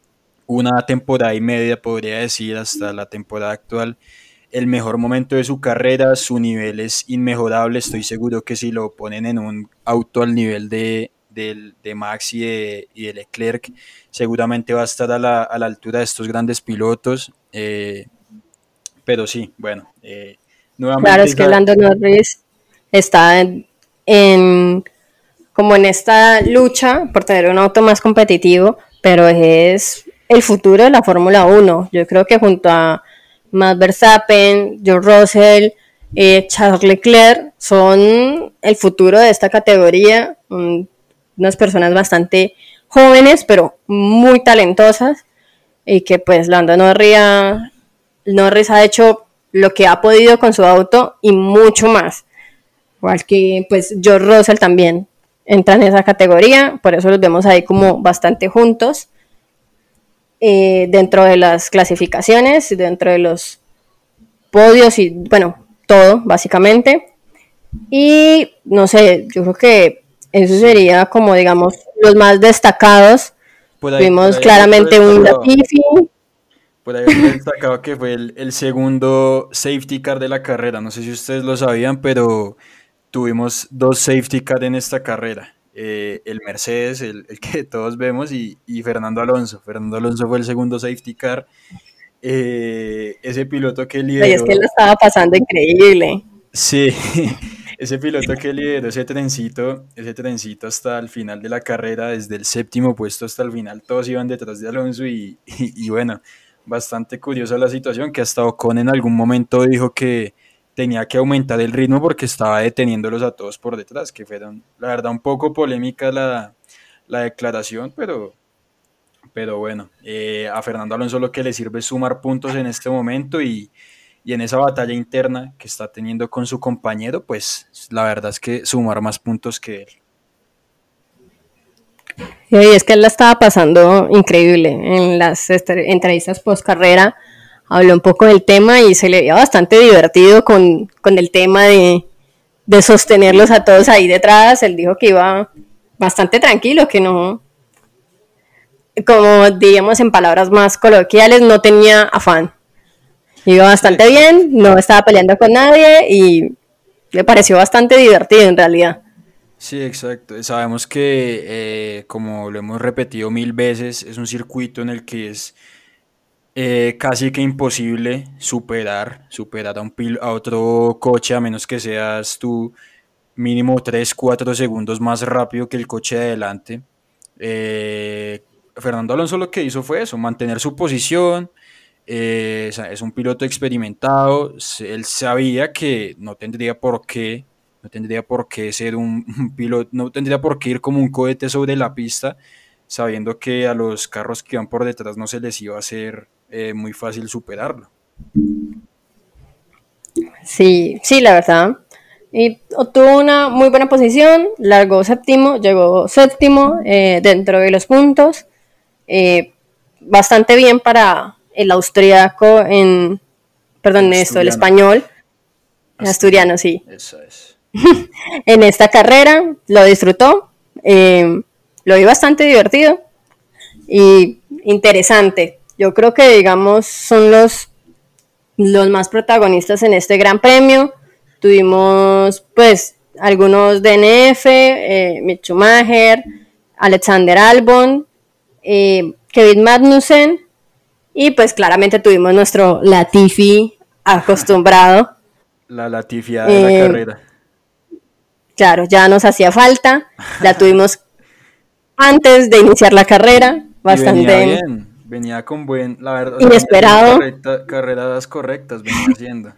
una temporada y media, podría decir, hasta la temporada actual, el mejor momento de su carrera. Su nivel es inmejorable. Estoy seguro que si lo ponen en un auto al nivel de... De, de Max y de, y de Leclerc, seguramente va a estar a la, a la altura de estos grandes pilotos, eh, pero sí, bueno, eh, nuevamente... Claro, es que Lando Norris está en, en, como en esta lucha por tener un auto más competitivo, pero es el futuro de la Fórmula uno, yo creo que junto a Max Verstappen, George Russell, eh, Charles Leclerc, son el futuro de esta categoría, un, unas personas bastante jóvenes, pero muy talentosas, y que pues Lando Norris ha, Norris ha hecho lo que ha podido con su auto y mucho más. Igual que pues George Russell también entra en esa categoría, por eso los vemos ahí como bastante juntos, eh, dentro de las clasificaciones, dentro de los podios y bueno, todo básicamente. Y no sé, yo creo que eso sería como, digamos, los más destacados. Ahí, Vimos claramente un Latifi. Por ahí está destacado que fue el, el segundo safety car de la carrera. No sé si ustedes lo sabían, pero tuvimos dos safety car en esta carrera. eh, el Mercedes, el, el que todos vemos, y, y Fernando Alonso. Fernando Alonso fue el segundo safety car. Eh, ese piloto que Y es que él lideró, la estaba pasando increíble. sí, ese piloto que lideró ese trencito, ese trencito hasta el final de la carrera, desde el séptimo puesto hasta el final, todos iban detrás de Alonso y, y, y bueno, bastante curiosa la situación, que hasta Ocon en algún momento dijo que tenía que aumentar el ritmo porque estaba deteniéndolos a todos por detrás, que fueron, la verdad, un poco polémica la, la declaración, pero, pero bueno, eh, a Fernando Alonso lo que le sirve es sumar puntos en este momento y, y en esa batalla interna que está teniendo con su compañero, pues la verdad es que sumar más puntos que él. Y es que él la estaba pasando increíble. En las este, entrevistas post carrera habló un poco del tema y se le veía bastante divertido con, con el tema de, de sostenerlos a todos ahí detrás. Él dijo que iba bastante tranquilo, que no, como diríamos en palabras más coloquiales, no tenía afán. Iba bastante Sí, bien, no estaba peleando con nadie y me pareció bastante divertido en realidad. sí, exacto. Sabemos que, eh, como lo hemos repetido mil veces, es un circuito en el que es eh, casi que imposible superar, superar a, un pil- a otro coche, a menos que seas tú mínimo tres cuatro segundos más rápido que el coche de adelante. Eh, Fernando Alonso lo que hizo fue eso, mantener su posición. Eh, es un piloto experimentado. Él sabía que no tendría por qué, no tendría por qué ser un, un piloto, no tendría por qué ir como un cohete sobre la pista, sabiendo que a los carros que van por detrás no se les iba a hacer eh, muy fácil superarlo. Sí, sí, la verdad. Y obtuvo una muy buena posición, largó séptimo, llegó séptimo eh, dentro de los puntos. Eh, bastante bien para el austriaco en, El perdón, esto, el asturiano. español, el Asturiano. asturiano, sí. Esa es. En esta carrera lo disfrutó, eh, lo vi bastante divertido y interesante. Yo creo que, digamos, son los, los más protagonistas en este gran premio. Tuvimos, pues, algunos D N F, eh, Mick Schumacher, Alexander Albon, eh, Kevin Magnussen, y pues claramente tuvimos nuestro Latifi acostumbrado. La latifiada de la Eh, carrera. claro, ya nos hacía falta, la tuvimos antes de iniciar la carrera, Y venía bastante bien, venía con buen, la verdad, o sea, venía haciendo inesperado. carreta- carreras correctas, venía haciendo.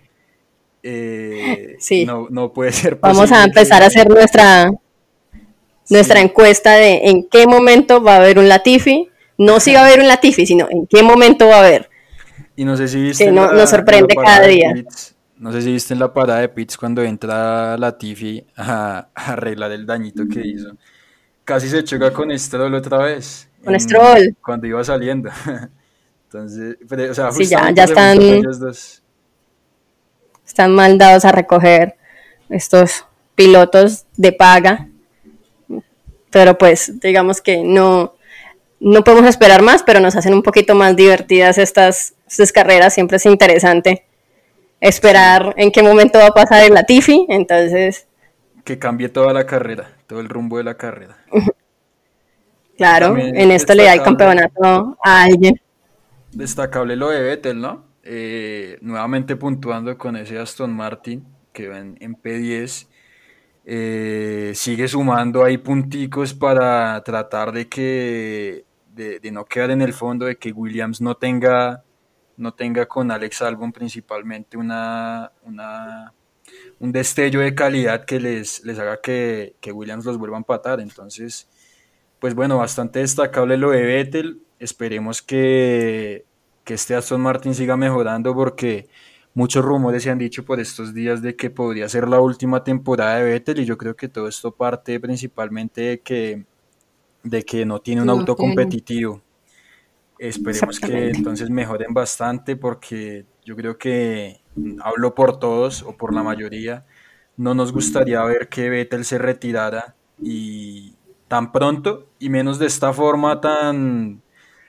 Eh, Sí, no, no puede ser vamos a posible empezar a que, hacer nuestra, nuestra sí, encuesta de en qué momento va a haber un Latifi. No si va a haber un Latifi, sino en qué momento va a haber, y no sé si viste que en no, nos la, en la sorprende parada cada de día. pits, no sé si viste en la parada de pits cuando entra Latifi a, a arreglar el dañito que hizo. Casi se choca con Stroll otra vez, Con en, Stroll, cuando iba saliendo. Entonces, pero, o sea, sí, ya, justamente ya se juntan están, ellos dos. están mandados a recoger estos pilotos de paga, pero pues digamos que no, no podemos esperar más, pero nos hacen un poquito más divertidas estas, estas carreras, siempre es interesante Sí, esperar en qué momento va a pasar el Latifi, entonces, que cambie toda la carrera, todo el rumbo de la carrera. claro, en También esto le da el destacable, campeonato a alguien. destacable lo de Vettel, ¿no? Eh, nuevamente puntuando con ese Aston Martin que va en, en P diez, eh, sigue sumando ahí punticos para tratar de que de, de no quedar en el fondo, de que Williams no tenga no tenga con Alex Albon principalmente una, una un destello de calidad que les, les haga que, que Williams los vuelva a empatar. Entonces, pues bueno, bastante destacable lo de Vettel. Esperemos que, que este Aston Martin siga mejorando porque muchos rumores se han dicho por estos días de que podría ser la última temporada de Vettel y yo creo que todo esto parte principalmente de que, de que no tiene un No auto tiene, competitivo. Esperemos que exactamente. entonces mejoren bastante porque yo creo que, hablo por todos o por la mayoría, no nos gustaría ver que Vettel se retirara y tan pronto y menos de esta forma tan,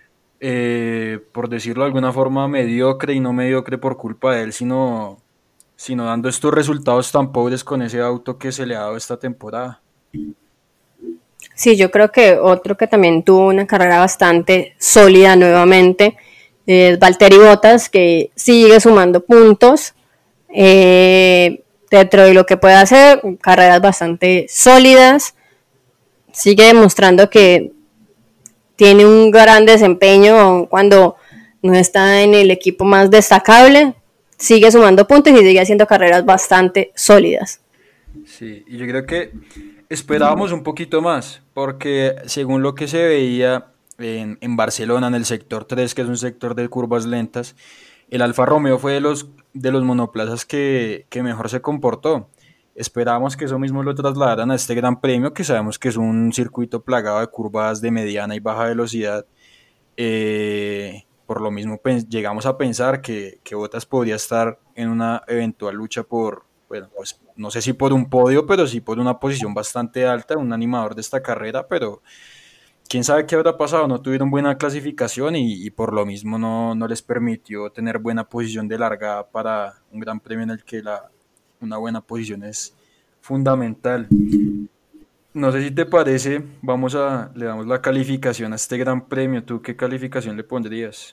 eh, por decirlo de alguna forma, mediocre y no mediocre por culpa de él, sino, sino dando estos resultados tan pobres con ese auto que se le ha dado esta temporada. Sí, yo creo que otro que también tuvo una carrera bastante sólida nuevamente es Valtteri Bottas, que sigue sumando puntos eh, dentro de lo que puede hacer, carreras bastante sólidas, sigue demostrando que tiene un gran desempeño aun cuando no está en el equipo más destacable, sigue sumando puntos y sigue haciendo carreras bastante sólidas. Sí, y yo creo que esperábamos un poquito más, porque según lo que se veía en, en Barcelona, en el sector tres, que es un sector de curvas lentas, el Alfa Romeo fue de los, de los monoplazas que, que mejor se comportó. Esperábamos que eso mismo lo trasladaran a este Gran Premio, que sabemos que es un circuito plagado de curvas de mediana y baja velocidad. Eh, por lo mismo llegamos a pensar que, que Bottas podría estar en una eventual lucha por, bueno, pues no sé si por un podio, pero sí por una posición bastante alta, un animador de esta carrera, pero quién sabe qué habrá pasado, no tuvieron buena clasificación y, y por lo mismo no, no les permitió tener buena posición de largada para un gran premio en el que la, una buena posición es fundamental. No sé si te parece, vamos a, le damos la calificación a este gran premio. ¿Tú qué calificación le pondrías?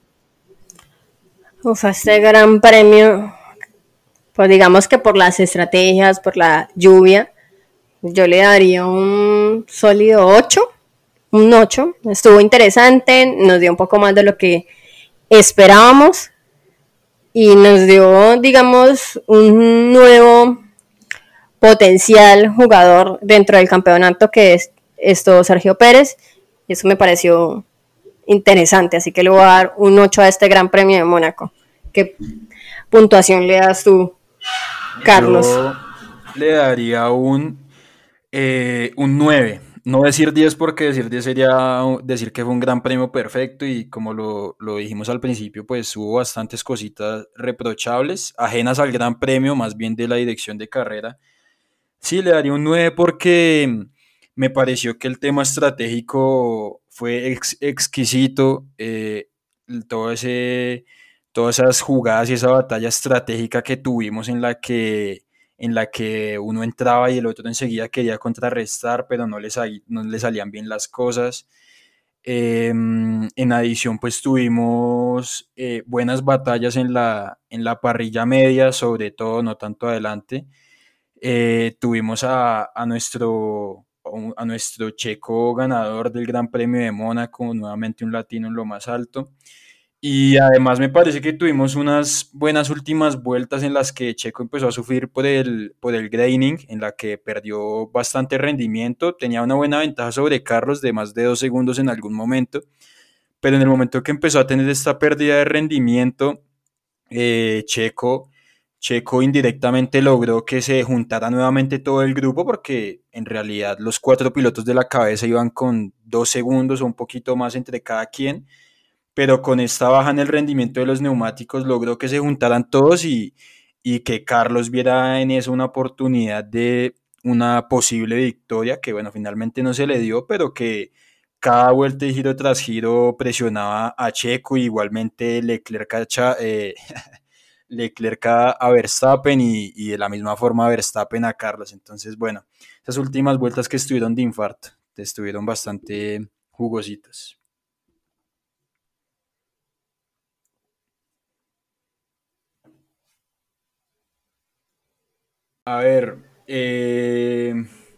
Uf, este gran premio, pues digamos que por las estrategias, por la lluvia, yo le daría un sólido ocho, un ocho. Estuvo interesante, nos dio un poco más de lo que esperábamos y nos dio, digamos, un nuevo potencial jugador dentro del campeonato que es esto Sergio Pérez, y eso me pareció interesante, así que le voy a dar un ocho a este Gran Premio de Mónaco. ¿Qué puntuación le das tú, Carlos? Yo le daría un, eh, un nueve. No decir diez porque decir diez sería decir que fue un gran premio perfecto y como lo, lo dijimos al principio, pues hubo bastantes cositas reprochables, ajenas al gran premio, más bien de la dirección de carrera. Sí, le daría un nueve porque me pareció que el tema estratégico fue ex exquisito, eh, todo ese, todas esas jugadas y esa batalla estratégica que tuvimos en la que, en la que uno entraba y el otro enseguida quería contrarrestar, pero no le, sal, no le salían bien las cosas. Eh, en adición, pues tuvimos eh, buenas batallas en la, en la parrilla media, sobre todo, no tanto adelante. Eh, tuvimos a, a, nuestro, a nuestro checo ganador del Gran Premio de Mónaco, nuevamente un latino en lo más alto. Y además me parece que tuvimos unas buenas últimas vueltas en las que Checo empezó a sufrir por el, por el graining, en la que perdió bastante rendimiento, tenía una buena ventaja sobre Carlos de más de dos segundos en algún momento, pero en el momento que empezó a tener esta pérdida de rendimiento, eh, Checo Checo indirectamente logró que se juntara nuevamente todo el grupo porque en realidad los cuatro pilotos de la cabeza iban con dos segundos o un poquito más entre cada quien, pero con esta baja en el rendimiento de los neumáticos logró que se juntaran todos y, y que Carlos viera en eso una oportunidad de una posible victoria que bueno, finalmente no se le dio, pero que cada vuelta y giro tras giro presionaba a Checo, igualmente Leclerc a, eh, Leclerc a, a Verstappen y, y, de la misma forma Verstappen a Carlos. Entonces, bueno, esas últimas vueltas que estuvieron de infarto, estuvieron bastante jugositas. A ver, eh,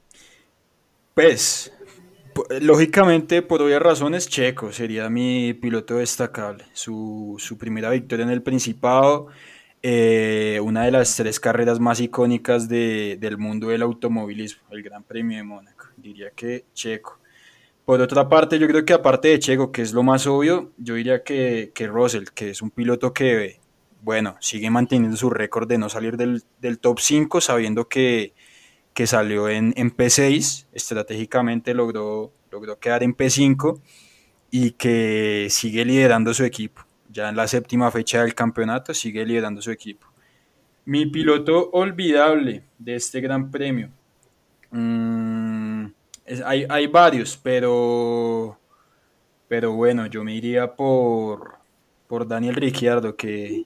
pues, lógicamente, por obvias razones, Checo sería mi piloto destacable. Su, su primera victoria en el Principado, eh, una de las tres carreras más icónicas de, del mundo del automovilismo, el Gran Premio de Mónaco. Diría que Checo. Por otra parte, yo creo que aparte de Checo, que es lo más obvio, yo diría que, que Russell, que es un piloto que, bueno, sigue manteniendo su récord de no salir del, del top cinco, sabiendo que que salió en, en P seis, estratégicamente logró, logró quedar en P cinco y que sigue liderando su equipo. Ya en la séptima fecha del campeonato sigue liderando su equipo. Mi piloto olvidable de este gran premio. Mm, es, hay, hay varios, pero, pero bueno, yo me iría por, por Daniel Ricciardo, que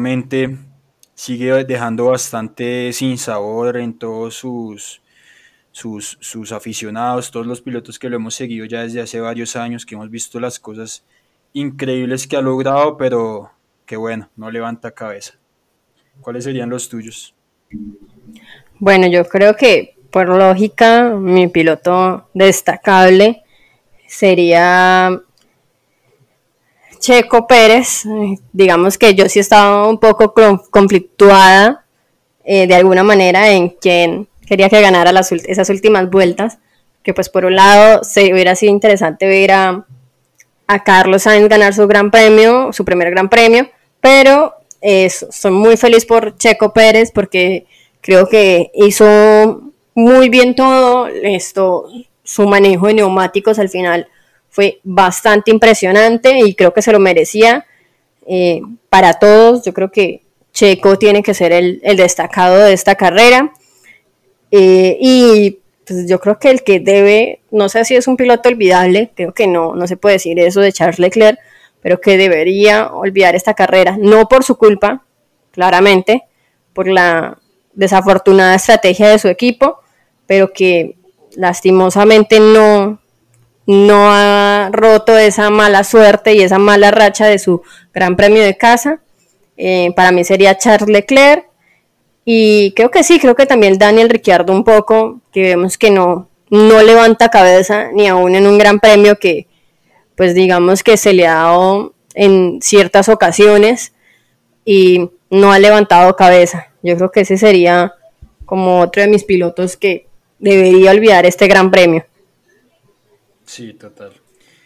lastimosamente sigue dejando bastante sin sabor en todos sus, sus, sus aficionados, todos los pilotos que lo hemos seguido ya desde hace varios años, que hemos visto las cosas increíbles que ha logrado, pero que bueno, no levanta cabeza. ¿Cuáles serían los tuyos? Bueno, yo creo que por lógica mi piloto destacable sería Checo Pérez. Digamos que yo sí estaba un poco conflictuada eh, de alguna manera en quien quería que ganara las, esas últimas vueltas, que pues por un lado se hubiera sido interesante ver a, a Carlos Sainz ganar su gran premio, su primer gran premio, pero eh, soy muy feliz por Checo Pérez porque creo que hizo muy bien todo esto, su manejo de neumáticos al final fue bastante impresionante y creo que se lo merecía eh, para todos. Yo creo que Checo tiene que ser el, el destacado de esta carrera eh, y pues yo creo que el que debe, no sé si es un piloto olvidable, creo que no, no se puede decir eso de Charles Leclerc, pero que debería olvidar esta carrera, no por su culpa, claramente, por la desafortunada estrategia de su equipo, pero que lastimosamente no, no ha roto esa mala suerte y esa mala racha de su gran premio de casa. Eh, para mí sería Charles Leclerc, y creo que sí, creo que también Daniel Ricciardo un poco, que vemos que no, no levanta cabeza ni aún en un gran premio que pues digamos que se le ha dado en ciertas ocasiones y no ha levantado cabeza. Yo creo que ese sería como otro de mis pilotos que debería olvidar este gran premio. Sí, total.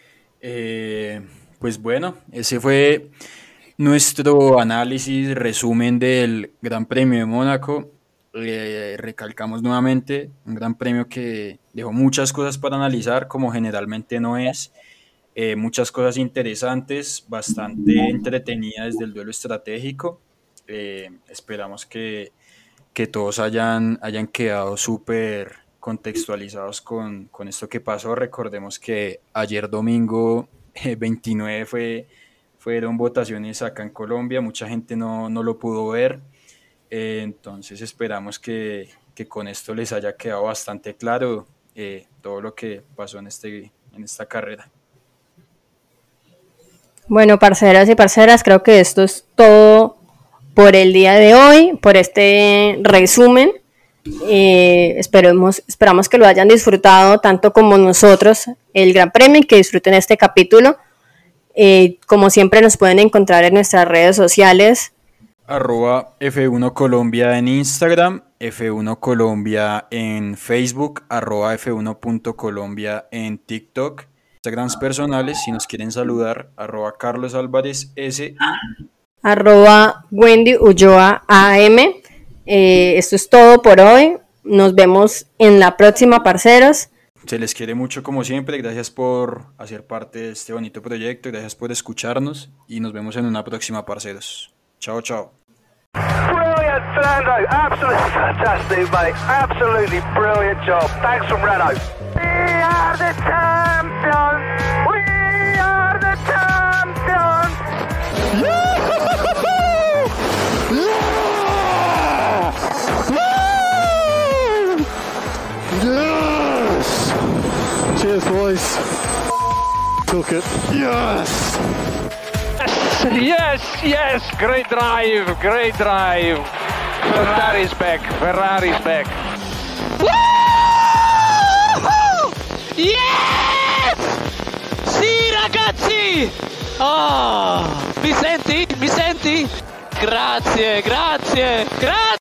Eh, pues bueno, ese fue nuestro análisis, resumen del Gran Premio de Mónaco. Eh, recalcamos nuevamente, un gran premio que dejó muchas cosas para analizar, como generalmente no es. Eh, muchas cosas interesantes, bastante entretenidas desde el duelo estratégico. Eh, esperamos que, que todos hayan, hayan quedado súper contextualizados con, con esto que pasó. Recordemos que ayer domingo eh, veintinueve fue, fueron votaciones acá en Colombia, mucha gente no, no lo pudo ver, eh, entonces esperamos que, que con esto les haya quedado bastante claro eh, todo lo que pasó en, este, en esta carrera. Bueno, parceras y parceras, creo que esto es todo por el día de hoy, por este resumen. Eh, esperemos, esperamos que lo hayan disfrutado tanto como nosotros el Gran Premio y que disfruten este capítulo. Eh, como siempre nos pueden encontrar en nuestras redes sociales. Arroba F uno Colombia en Instagram, F uno Colombia en Facebook, arroba F uno punto Colombia en TikTok. Instagrams personales, si nos quieren saludar, arroba Carlos Álvarez S y arroba Wendy Ulloa A M. Eh, esto es todo por hoy. Nos vemos en la próxima, parceros. Se les quiere mucho como siempre. Gracias por hacer parte de este bonito proyecto. Gracias por escucharnos y nos vemos en una próxima, parceros. Chao, chao. Brilliant, Fernando. Absolutely fantastic, mate. Absolutely brilliant job. Thanks from Renault. We are the champions. We are the champions. Yes! Cheers, boys. Took it. Yes! Yes, yes. Great drive. Great drive. Ferrari's back. Ferrari's back. Woo! Yes! Sì, ragazzi! Oh, mi senti? Mi senti? Grazie, grazie, grazie!